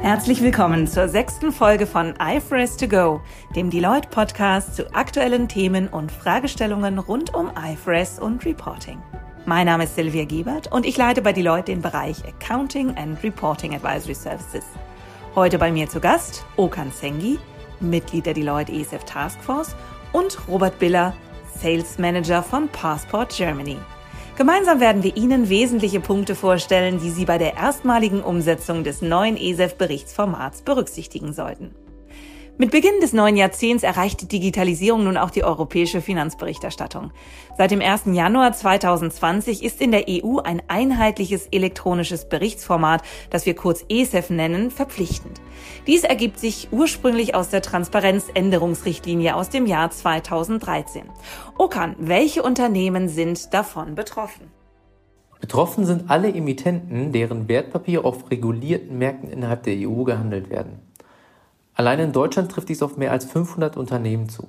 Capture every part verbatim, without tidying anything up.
Herzlich willkommen zur sechsten Folge von I F R S to Go, dem Deloitte-Podcast zu aktuellen Themen und Fragestellungen rund um I F R S und Reporting. Mein Name ist Silvia Gebert und ich leite bei Deloitte den Bereich Accounting and Reporting Advisory Services. Heute bei mir zu Gast Okan Zengi, Mitglied der Deloitte E S F Taskforce, und Robert Biller, Sales Manager von Passport Germany. Gemeinsam werden wir Ihnen wesentliche Punkte vorstellen, die Sie bei der erstmaligen Umsetzung des neuen E S E F-Berichtsformats berücksichtigen sollten. Mit Beginn des neuen Jahrzehnts erreicht die Digitalisierung nun auch die europäische Finanzberichterstattung. Seit dem ersten Januar zweitausendzwanzig ist in der E U ein einheitliches elektronisches Berichtsformat, das wir kurz E S E F nennen, verpflichtend. Dies ergibt sich ursprünglich aus der Transparenzänderungsrichtlinie aus dem Jahr zweitausenddreizehn. Okan, welche Unternehmen sind davon betroffen? Betroffen sind alle Emittenten, deren Wertpapiere auf regulierten Märkten innerhalb der E U gehandelt werden. Allein in Deutschland trifft dies auf mehr als fünfhundert Unternehmen zu.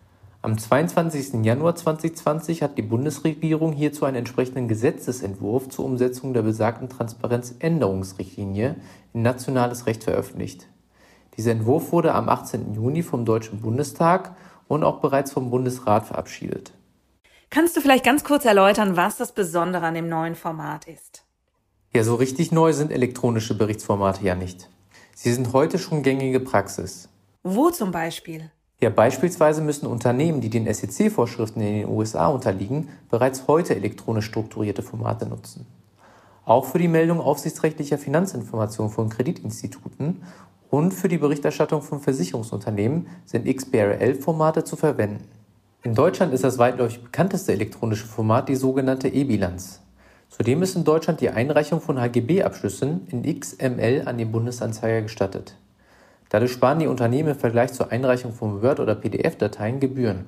Am zweiundzwanzigsten Januar zweitausendzwanzig hat die Bundesregierung hierzu einen entsprechenden Gesetzesentwurf zur Umsetzung der besagten Transparenzänderungsrichtlinie in nationales Recht veröffentlicht. Dieser Entwurf wurde am achtzehnten Juni vom Deutschen Bundestag und auch bereits vom Bundesrat verabschiedet. Kannst du vielleicht ganz kurz erläutern, was das Besondere an dem neuen Format ist? Ja, so richtig neu sind elektronische Berichtsformate ja nicht. Sie sind heute schon gängige Praxis. Wo zum Beispiel? Ja, beispielsweise müssen Unternehmen, die den S E C-Vorschriften in den U S A unterliegen, bereits heute elektronisch strukturierte Formate nutzen. Auch für die Meldung aufsichtsrechtlicher Finanzinformationen von Kreditinstituten und für die Berichterstattung von Versicherungsunternehmen sind X B R L-Formate zu verwenden. In Deutschland ist das weitläufig bekannteste elektronische Format die sogenannte E-Bilanz. Zudem ist in Deutschland die Einreichung von H G B-Abschlüssen in X M L an den Bundesanzeiger gestattet. Dadurch sparen die Unternehmen im Vergleich zur Einreichung von Word- oder P D F-Dateien Gebühren.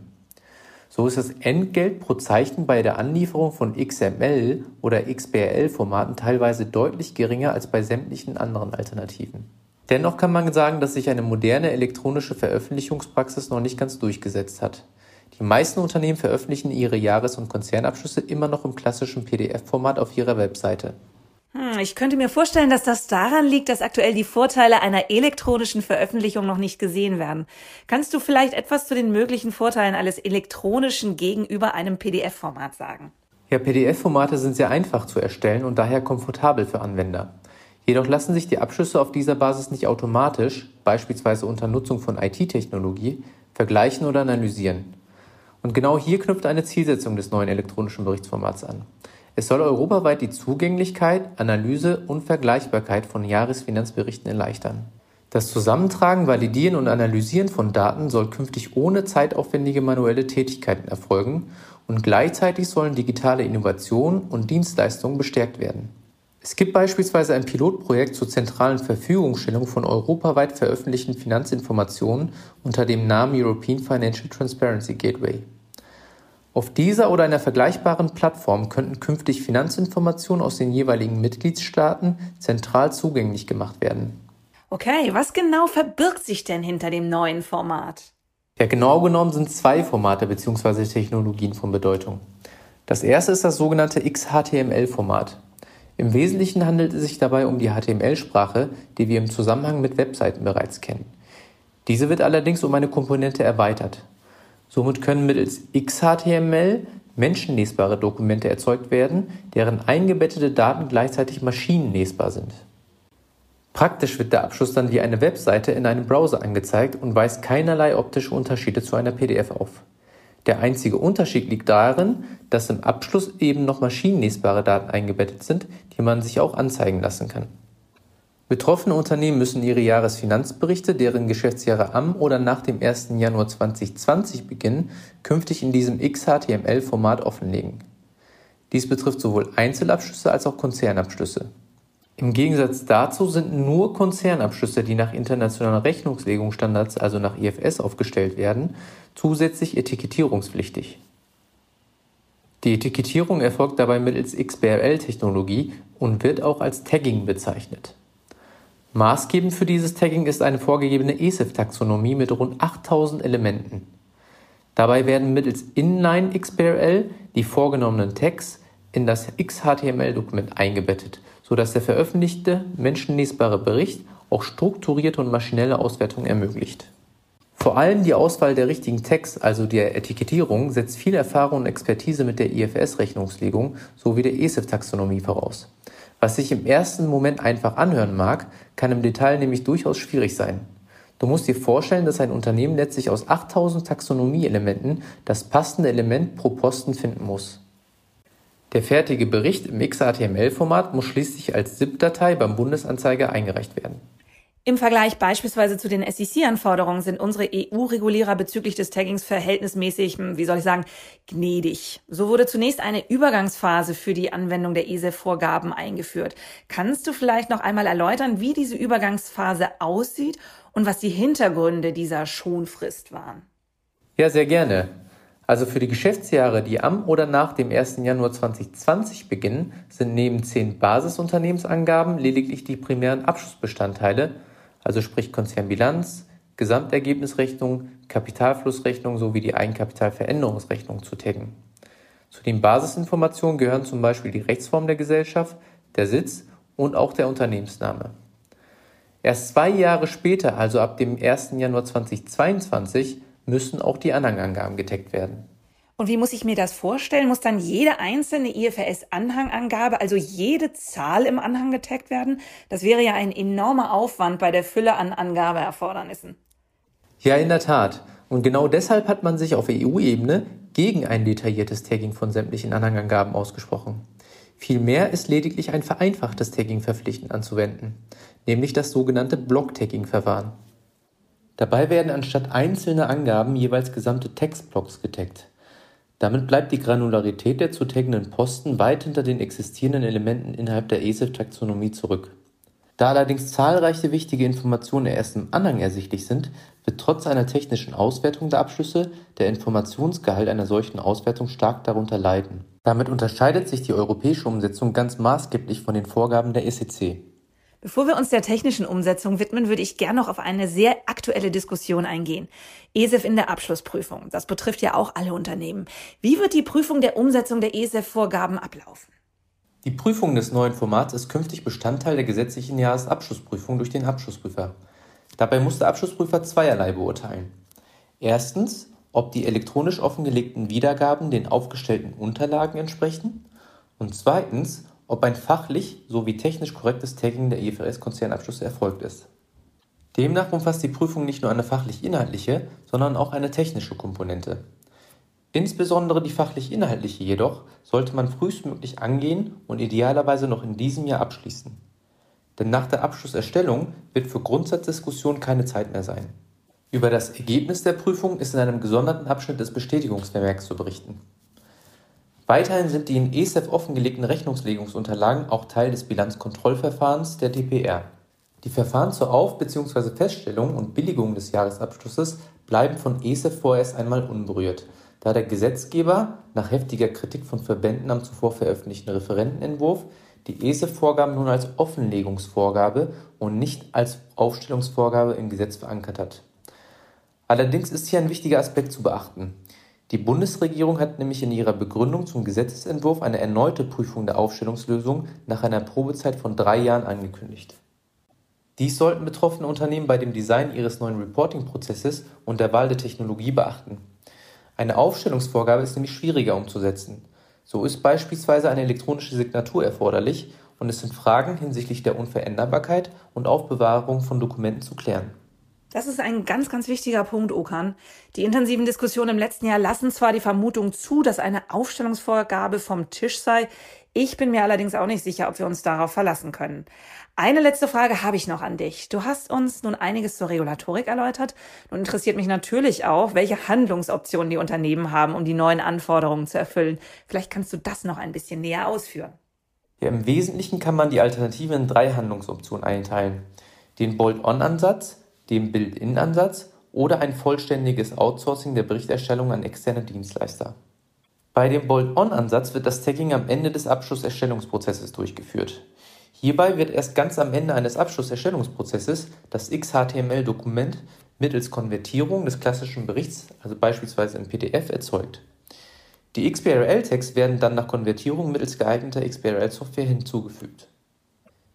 So ist das Entgelt pro Zeichen bei der Anlieferung von X M L- oder X B R L-Formaten teilweise deutlich geringer als bei sämtlichen anderen Alternativen. Dennoch kann man sagen, dass sich eine moderne elektronische Veröffentlichungspraxis noch nicht ganz durchgesetzt hat. Die meisten Unternehmen veröffentlichen ihre Jahres- und Konzernabschlüsse immer noch im klassischen P D F-Format auf ihrer Webseite. Hm, ich könnte mir vorstellen, dass das daran liegt, dass aktuell die Vorteile einer elektronischen Veröffentlichung noch nicht gesehen werden. Kannst du vielleicht etwas zu den möglichen Vorteilen eines elektronischen gegenüber einem P D F-Format sagen? Ja, P D F-Formate sind sehr einfach zu erstellen und daher komfortabel für Anwender. Jedoch lassen sich die Abschlüsse auf dieser Basis nicht automatisch, beispielsweise unter Nutzung von I T-Technologie, vergleichen oder analysieren. Und genau hier knüpft eine Zielsetzung des neuen elektronischen Berichtsformats an. Es soll europaweit die Zugänglichkeit, Analyse und Vergleichbarkeit von Jahresfinanzberichten erleichtern. Das Zusammentragen, Validieren und Analysieren von Daten soll künftig ohne zeitaufwendige manuelle Tätigkeiten erfolgen und gleichzeitig sollen digitale Innovationen und Dienstleistungen bestärkt werden. Es gibt beispielsweise ein Pilotprojekt zur zentralen Verfügungstellung von europaweit veröffentlichten Finanzinformationen unter dem Namen European Financial Transparency Gateway. Auf dieser oder einer vergleichbaren Plattform könnten künftig Finanzinformationen aus den jeweiligen Mitgliedstaaten zentral zugänglich gemacht werden. Okay, was genau verbirgt sich denn hinter dem neuen Format? Ja, genau genommen sind zwei Formate bzw. Technologien von Bedeutung. Das erste ist das sogenannte X H T M L-Format. Im Wesentlichen handelt es sich dabei um die H T M L-Sprache, die wir im Zusammenhang mit Webseiten bereits kennen. Diese wird allerdings um eine Komponente erweitert. Somit können mittels X H T M L menschenlesbare Dokumente erzeugt werden, deren eingebettete Daten gleichzeitig maschinenlesbar sind. Praktisch wird der Abschluss dann wie eine Webseite in einem Browser angezeigt und weist keinerlei optische Unterschiede zu einer P D F auf. Der einzige Unterschied liegt darin, dass im Abschluss eben noch maschinenlesbare Daten eingebettet sind, die man sich auch anzeigen lassen kann. Betroffene Unternehmen müssen ihre Jahresfinanzberichte, deren Geschäftsjahre am oder nach dem ersten Januar zweitausendzwanzig beginnen, künftig in diesem X H T M L-Format offenlegen. Dies betrifft sowohl Einzelabschlüsse als auch Konzernabschlüsse. Im Gegensatz dazu sind nur Konzernabschlüsse, die nach internationalen Rechnungslegungsstandards, also nach I F S, aufgestellt werden, zusätzlich etikettierungspflichtig. Die Etikettierung erfolgt dabei mittels X B R L-Technologie und wird auch als Tagging bezeichnet. Maßgebend für dieses Tagging ist eine vorgegebene E S E F-Taxonomie mit rund achttausend Elementen. Dabei werden mittels Inline X B R L die vorgenommenen Tags in das X H T M L-Dokument eingebettet, sodass der veröffentlichte menschenlesbare Bericht auch strukturierte und maschinelle Auswertung ermöglicht. Vor allem die Auswahl der richtigen Tags, also der Etikettierung, setzt viel Erfahrung und Expertise mit der I F R S-Rechnungslegung sowie der E S E F-Taxonomie voraus. Was sich im ersten Moment einfach anhören mag, kann im Detail nämlich durchaus schwierig sein. Du musst dir vorstellen, dass ein Unternehmen letztlich aus achttausend Taxonomie-Elementen das passende Element pro Posten finden muss. Der fertige Bericht im X H T M L-Format muss schließlich als ZIP-Datei beim Bundesanzeiger eingereicht werden. Im Vergleich beispielsweise zu den S E C-Anforderungen sind unsere E U-Regulierer bezüglich des Taggings verhältnismäßig, wie soll ich sagen, gnädig. So wurde zunächst eine Übergangsphase für die Anwendung der E S E F-Vorgaben eingeführt. Kannst du vielleicht noch einmal erläutern, wie diese Übergangsphase aussieht und was die Hintergründe dieser Schonfrist waren? Ja, sehr gerne. Also für die Geschäftsjahre, die am oder nach dem ersten Januar zweitausendzwanzig beginnen, sind neben zehn Basisunternehmensangaben lediglich die primären Abschlussbestandteile, also sprich Konzernbilanz, Gesamtergebnisrechnung, Kapitalflussrechnung sowie die Eigenkapitalveränderungsrechnung zu taggen. Zu den Basisinformationen gehören zum Beispiel die Rechtsform der Gesellschaft, der Sitz und auch der Unternehmensname. Erst zwei Jahre später, also ab dem ersten Januar zweitausendzweiundzwanzig, müssen auch die Anhangangaben getaggt werden. Und wie muss ich mir das vorstellen? Muss dann jede einzelne I F R S-Anhangangabe, also jede Zahl im Anhang getaggt werden? Das wäre ja ein enormer Aufwand bei der Fülle an Angabeerfordernissen. Ja, in der Tat. Und genau deshalb hat man sich auf E U-Ebene gegen ein detailliertes Tagging von sämtlichen Anhangangaben ausgesprochen. Vielmehr ist lediglich ein vereinfachtes Tagging verpflichtend anzuwenden, nämlich das sogenannte Block-Tagging-Verfahren. Dabei werden anstatt einzelner Angaben jeweils gesamte Textblocks getaggt. Damit bleibt die Granularität der zu taggenden Posten weit hinter den existierenden Elementen innerhalb der E S E F-Taxonomie zurück. Da allerdings zahlreiche wichtige Informationen erst im Anhang ersichtlich sind, wird trotz einer technischen Auswertung der Abschlüsse der Informationsgehalt einer solchen Auswertung stark darunter leiden. Damit unterscheidet sich die europäische Umsetzung ganz maßgeblich von den Vorgaben der E C C. Bevor wir uns der technischen Umsetzung widmen, würde ich gerne noch auf eine sehr aktuelle Diskussion eingehen. E S E F in der Abschlussprüfung. Das betrifft ja auch alle Unternehmen. Wie wird die Prüfung der Umsetzung der E S E F-Vorgaben ablaufen? Die Prüfung des neuen Formats ist künftig Bestandteil der gesetzlichen Jahresabschlussprüfung durch den Abschlussprüfer. Dabei muss der Abschlussprüfer zweierlei beurteilen. Erstens, ob die elektronisch offengelegten Wiedergaben den aufgestellten Unterlagen entsprechen. Und zweitens, ob ein fachlich sowie technisch korrektes Tagging der I F R S-Konzernabschlüsse erfolgt ist. Demnach umfasst die Prüfung nicht nur eine fachlich-inhaltliche, sondern auch eine technische Komponente. Insbesondere die fachlich-inhaltliche jedoch sollte man frühestmöglich angehen und idealerweise noch in diesem Jahr abschließen. Denn nach der Abschlusserstellung wird für Grundsatzdiskussionen keine Zeit mehr sein. Über das Ergebnis der Prüfung ist in einem gesonderten Abschnitt des Bestätigungsvermerks zu berichten. Weiterhin sind die in E S E F offengelegten Rechnungslegungsunterlagen auch Teil des Bilanzkontrollverfahrens der D P R. Die Verfahren zur Auf- bzw. Feststellung und Billigung des Jahresabschlusses bleiben von E S E F vorerst einmal unberührt, da der Gesetzgeber nach heftiger Kritik von Verbänden am zuvor veröffentlichten Referentenentwurf die E S E F-Vorgaben nun als Offenlegungsvorgabe und nicht als Aufstellungsvorgabe im Gesetz verankert hat. Allerdings ist hier ein wichtiger Aspekt zu beachten. Die Bundesregierung hat nämlich in ihrer Begründung zum Gesetzesentwurf eine erneute Prüfung der Aufstellungslösung nach einer Probezeit von drei Jahren angekündigt. Dies sollten betroffene Unternehmen bei dem Design ihres neuen Reporting-Prozesses und der Wahl der Technologie beachten. Eine Aufstellungsvorgabe ist nämlich schwieriger umzusetzen. So ist beispielsweise eine elektronische Signatur erforderlich und es sind Fragen hinsichtlich der Unveränderbarkeit und Aufbewahrung von Dokumenten zu klären. Das ist ein ganz, ganz wichtiger Punkt, Okan. Die intensiven Diskussionen im letzten Jahr lassen zwar die Vermutung zu, dass eine Aufstellungsvorgabe vom Tisch sei. Ich bin mir allerdings auch nicht sicher, ob wir uns darauf verlassen können. Eine letzte Frage habe ich noch an dich. Du hast uns nun einiges zur Regulatorik erläutert. Nun interessiert mich natürlich auch, welche Handlungsoptionen die Unternehmen haben, um die neuen Anforderungen zu erfüllen. Vielleicht kannst du das noch ein bisschen näher ausführen. Ja, im Wesentlichen kann man die Alternativen in drei Handlungsoptionen einteilen. Den Bolt-on-Ansatz, den Build-in-Ansatz oder ein vollständiges Outsourcing der Berichterstellung an externe Dienstleister. Bei dem Bolt-on-Ansatz wird das Tagging am Ende des Abschlusserstellungsprozesses durchgeführt. Hierbei wird erst ganz am Ende eines Abschlusserstellungsprozesses das X H T M L-Dokument mittels Konvertierung des klassischen Berichts, also beispielsweise im P D F, erzeugt. Die X B R L-Tags werden dann nach Konvertierung mittels geeigneter X B R L-Software hinzugefügt.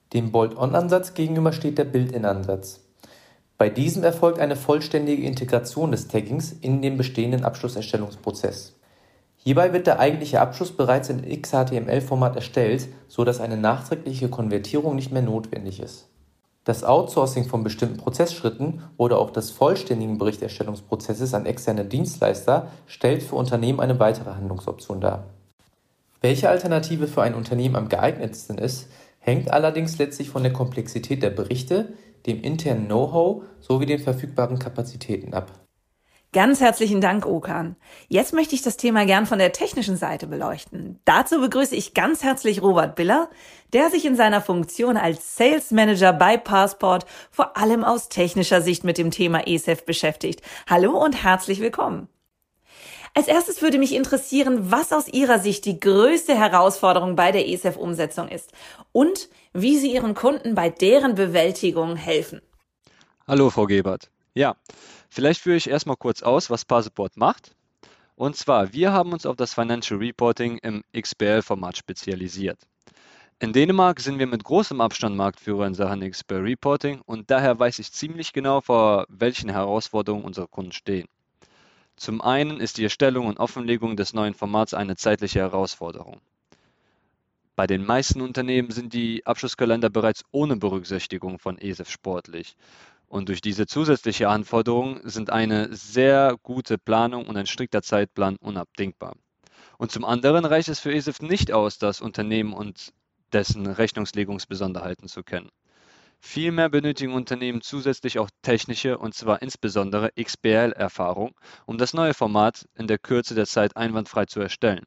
Dem Bolt-on-Ansatz gegenüber steht der Built-in-Ansatz. Bei diesem erfolgt eine vollständige Integration des Taggings in den bestehenden Abschlusserstellungsprozess. Hierbei wird der eigentliche Abschluss bereits in X H T M L-Format erstellt, sodass eine nachträgliche Konvertierung nicht mehr notwendig ist. Das Outsourcing von bestimmten Prozessschritten oder auch des vollständigen Berichterstellungsprozesses an externe Dienstleister stellt für Unternehmen eine weitere Handlungsoption dar. Welche Alternative für ein Unternehmen am geeignetsten ist, hängt allerdings letztlich von der Komplexität der Berichte, dem internen Know-how sowie den verfügbaren Kapazitäten ab. Ganz herzlichen Dank, Okan. Jetzt möchte ich das Thema gern von der technischen Seite beleuchten. Dazu begrüße ich ganz herzlich Robert Biller, der sich in seiner Funktion als Sales Manager bei Passport vor allem aus technischer Sicht mit dem Thema E S E F beschäftigt. Hallo und herzlich willkommen. Als erstes würde mich interessieren, was aus Ihrer Sicht die größte Herausforderung bei der E S E F-Umsetzung ist und wie Sie Ihren Kunden bei deren Bewältigung helfen. Hallo, Frau Gebert. Ja, vielleicht führe ich erstmal kurz aus, was Passport macht. Und zwar, wir haben uns auf das Financial Reporting im X B L-Format spezialisiert. In Dänemark sind wir mit großem Abstand Marktführer in Sachen X B L-Reporting und daher weiß ich ziemlich genau, vor welchen Herausforderungen unsere Kunden stehen. Zum einen ist die Erstellung und Offenlegung des neuen Formats eine zeitliche Herausforderung. Bei den meisten Unternehmen sind die Abschlusskalender bereits ohne Berücksichtigung von E S E F sportlich. Und durch diese zusätzliche Anforderung sind eine sehr gute Planung und ein strikter Zeitplan unabdingbar. Und zum anderen reicht es für E S E F nicht aus, das Unternehmen und dessen Rechnungslegungsbesonderheiten zu kennen. Vielmehr benötigen Unternehmen zusätzlich auch technische und zwar insbesondere X B L-Erfahrung, um das neue Format in der Kürze der Zeit einwandfrei zu erstellen.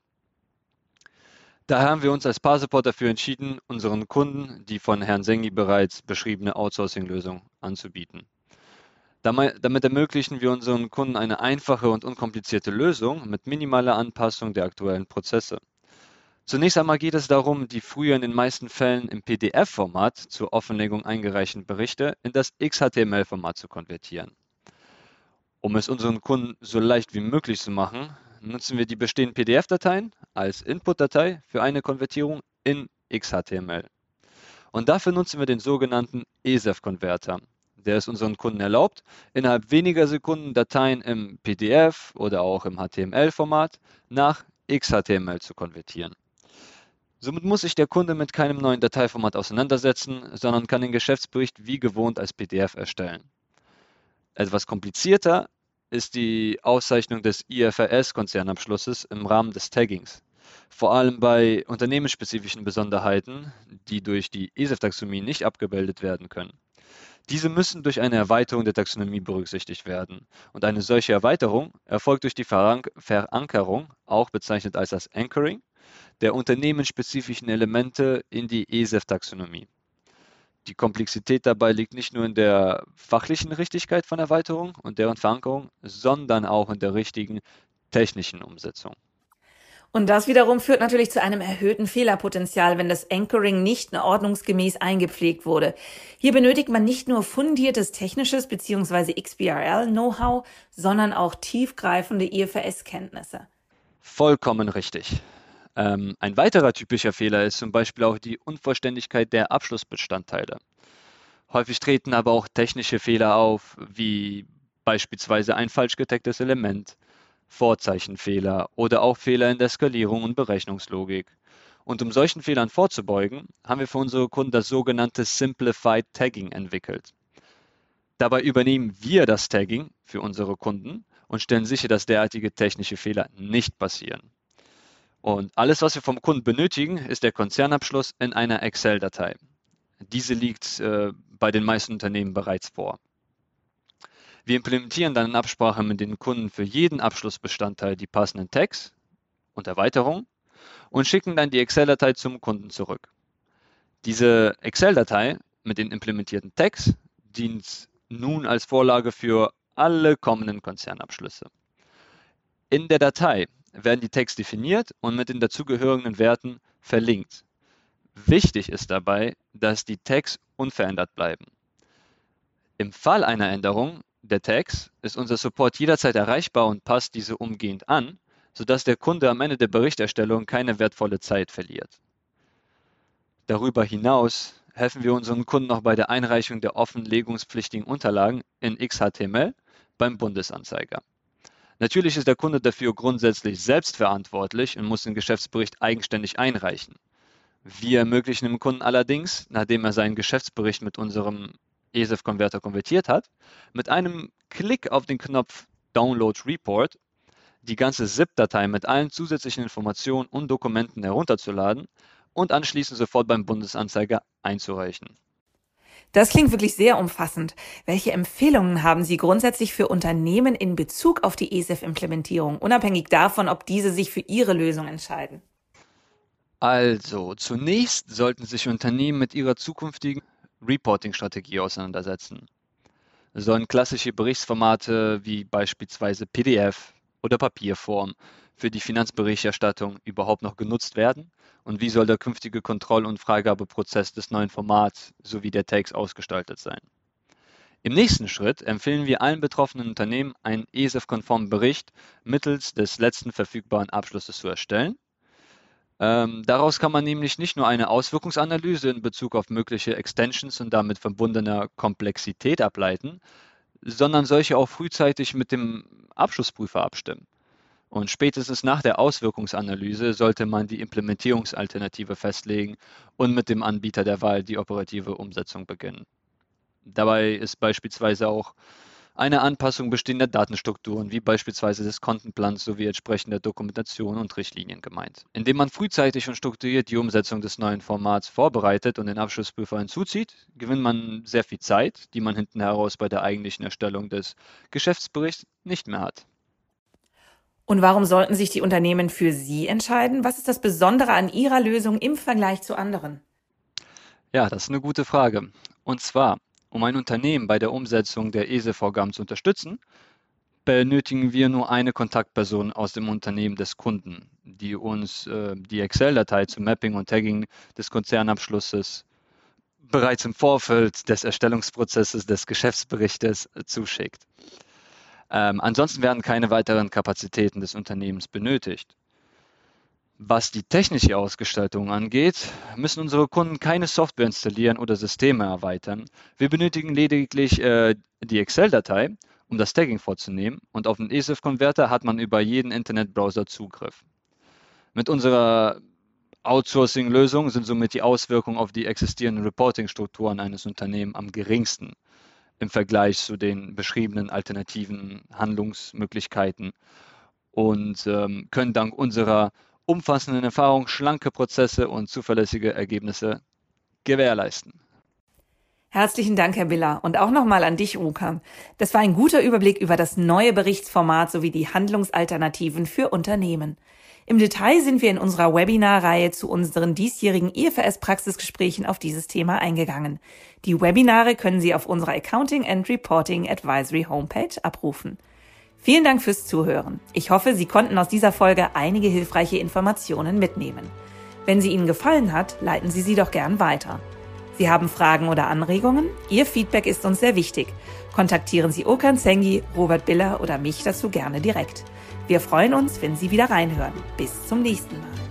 Daher haben wir uns als Passport dafür entschieden, unseren Kunden die von Herrn Sengi bereits beschriebene Outsourcing-Lösung anzubieten. Damit ermöglichen wir unseren Kunden eine einfache und unkomplizierte Lösung mit minimaler Anpassung der aktuellen Prozesse. Zunächst einmal geht es darum, die früher in den meisten Fällen im P D F-Format zur Offenlegung eingereichten Berichte in das X H T M L-Format zu konvertieren. Um es unseren Kunden so leicht wie möglich zu machen, nutzen wir die bestehenden P D F-Dateien als Input-Datei für eine Konvertierung in X H T M L. Und dafür nutzen wir den sogenannten E S E F-Konverter, der es unseren Kunden erlaubt, innerhalb weniger Sekunden Dateien im P D F oder auch im H T M L-Format nach X H T M L zu konvertieren. Somit muss sich der Kunde mit keinem neuen Dateiformat auseinandersetzen, sondern kann den Geschäftsbericht wie gewohnt als P D F erstellen. Etwas komplizierter ist die Auszeichnung des I F R S-Konzernabschlusses im Rahmen des Taggings. Vor allem bei unternehmensspezifischen Besonderheiten, die durch die E S E F-Taxonomie nicht abgebildet werden können. Diese müssen durch eine Erweiterung der Taxonomie berücksichtigt werden. Und eine solche Erweiterung erfolgt durch die Verank- Verankerung, auch bezeichnet als das Anchoring, der unternehmensspezifischen Elemente in die E S E F-Taxonomie. Die Komplexität dabei liegt nicht nur in der fachlichen Richtigkeit von Erweiterung und deren Verankerung, sondern auch in der richtigen technischen Umsetzung. Und das wiederum führt natürlich zu einem erhöhten Fehlerpotenzial, wenn das Anchoring nicht ordnungsgemäß eingepflegt wurde. Hier benötigt man nicht nur fundiertes technisches bzw. X B R L-Know-how, sondern auch tiefgreifende I F R S-Kenntnisse. Vollkommen richtig. Ähm, ein weiterer typischer Fehler ist zum Beispiel auch die Unvollständigkeit der Abschlussbestandteile. Häufig treten aber auch technische Fehler auf, wie beispielsweise ein falsch getagtes Element, Vorzeichenfehler oder auch Fehler in der Skalierung und Berechnungslogik. Und um solchen Fehlern vorzubeugen, haben wir für unsere Kunden das sogenannte Simplified Tagging entwickelt. Dabei übernehmen wir das Tagging für unsere Kunden und stellen sicher, dass derartige technische Fehler nicht passieren. Und alles, was wir vom Kunden benötigen, ist der Konzernabschluss in einer Excel-Datei. Diese liegt äh, bei den meisten Unternehmen bereits vor. Wir implementieren dann in Absprache mit den Kunden für jeden Abschlussbestandteil die passenden Tags und Erweiterungen und schicken dann die Excel-Datei zum Kunden zurück. Diese Excel-Datei mit den implementierten Tags dient nun als Vorlage für alle kommenden Konzernabschlüsse. In der Datei werden die Tags definiert und mit den dazugehörigen Werten verlinkt. Wichtig ist dabei, dass die Tags unverändert bleiben. Im Fall einer Änderung der Tags ist unser Support jederzeit erreichbar und passt diese umgehend an, sodass der Kunde am Ende der Berichterstellung keine wertvolle Zeit verliert. Darüber hinaus helfen wir unseren Kunden auch bei der Einreichung der offenlegungspflichtigen Unterlagen in X H T M L beim Bundesanzeiger. Natürlich ist der Kunde dafür grundsätzlich selbst verantwortlich und muss den Geschäftsbericht eigenständig einreichen. Wir ermöglichen dem Kunden allerdings, nachdem er seinen Geschäftsbericht mit unserem E S E F-Konverter konvertiert hat, mit einem Klick auf den Knopf Download Report die ganze ZIP-Datei mit allen zusätzlichen Informationen und Dokumenten herunterzuladen und anschließend sofort beim Bundesanzeiger einzureichen. Das klingt wirklich sehr umfassend. Welche Empfehlungen haben Sie grundsätzlich für Unternehmen in Bezug auf die E S E F-Implementierung, unabhängig davon, ob diese sich für ihre Lösung entscheiden? Also, zunächst sollten sich Unternehmen mit ihrer zukünftigen Reporting-Strategie auseinandersetzen. Sollen klassische Berichtsformate wie beispielsweise P D F oder Papierform für die Finanzberichterstattung überhaupt noch genutzt werden? Und wie soll der künftige Kontroll- und Freigabeprozess des neuen Formats sowie der Tags ausgestaltet sein? Im nächsten Schritt empfehlen wir allen betroffenen Unternehmen, einen E S E F-konformen Bericht mittels des letzten verfügbaren Abschlusses zu erstellen. Ähm, daraus kann man nämlich nicht nur eine Auswirkungsanalyse in Bezug auf mögliche Extensions und damit verbundener Komplexität ableiten, sondern solche auch frühzeitig mit dem Abschlussprüfer abstimmen. Und spätestens nach der Auswirkungsanalyse sollte man die Implementierungsalternative festlegen und mit dem Anbieter der Wahl die operative Umsetzung beginnen. Dabei ist beispielsweise auch eine Anpassung bestehender Datenstrukturen, wie beispielsweise des Kontenplans sowie entsprechender Dokumentation und Richtlinien gemeint. Indem man frühzeitig und strukturiert die Umsetzung des neuen Formats vorbereitet und den Abschlussprüfer hinzuzieht, gewinnt man sehr viel Zeit, die man hinten heraus bei der eigentlichen Erstellung des Geschäftsberichts nicht mehr hat. Und warum sollten sich die Unternehmen für Sie entscheiden? Was ist das Besondere an Ihrer Lösung im Vergleich zu anderen? Ja, das ist eine gute Frage. Und zwar, um ein Unternehmen bei der Umsetzung der E S E F-Vorgaben zu unterstützen, benötigen wir nur eine Kontaktperson aus dem Unternehmen des Kunden, die uns äh, die Excel-Datei zum Mapping und Tagging des Konzernabschlusses bereits im Vorfeld des Erstellungsprozesses des Geschäftsberichtes äh, zuschickt. Ähm, ansonsten werden keine weiteren Kapazitäten des Unternehmens benötigt. Was die technische Ausgestaltung angeht, müssen unsere Kunden keine Software installieren oder Systeme erweitern. Wir benötigen lediglich äh, die Excel-Datei, um das Tagging vorzunehmen, und auf den E S E F-Konverter hat man über jeden Internetbrowser Zugriff. Mit unserer Outsourcing-Lösung sind somit die Auswirkungen auf die existierenden Reporting-Strukturen eines Unternehmens am geringsten im Vergleich zu den beschriebenen alternativen Handlungsmöglichkeiten und ähm, können dank unserer umfassenden Erfahrung schlanke Prozesse und zuverlässige Ergebnisse gewährleisten. Herzlichen Dank, Herr Biller. Und auch nochmal an dich, Ruka. Das war ein guter Überblick über das neue Berichtsformat sowie die Handlungsalternativen für Unternehmen. Im Detail sind wir in unserer Webinarreihe zu unseren diesjährigen I F R S-Praxisgesprächen auf dieses Thema eingegangen. Die Webinare können Sie auf unserer Accounting and Reporting Advisory Homepage abrufen. Vielen Dank fürs Zuhören. Ich hoffe, Sie konnten aus dieser Folge einige hilfreiche Informationen mitnehmen. Wenn sie Ihnen gefallen hat, leiten Sie sie doch gern weiter. Sie haben Fragen oder Anregungen? Ihr Feedback ist uns sehr wichtig. Kontaktieren Sie Okan Zengi, Robert Biller oder mich dazu gerne direkt. Wir freuen uns, wenn Sie wieder reinhören. Bis zum nächsten Mal.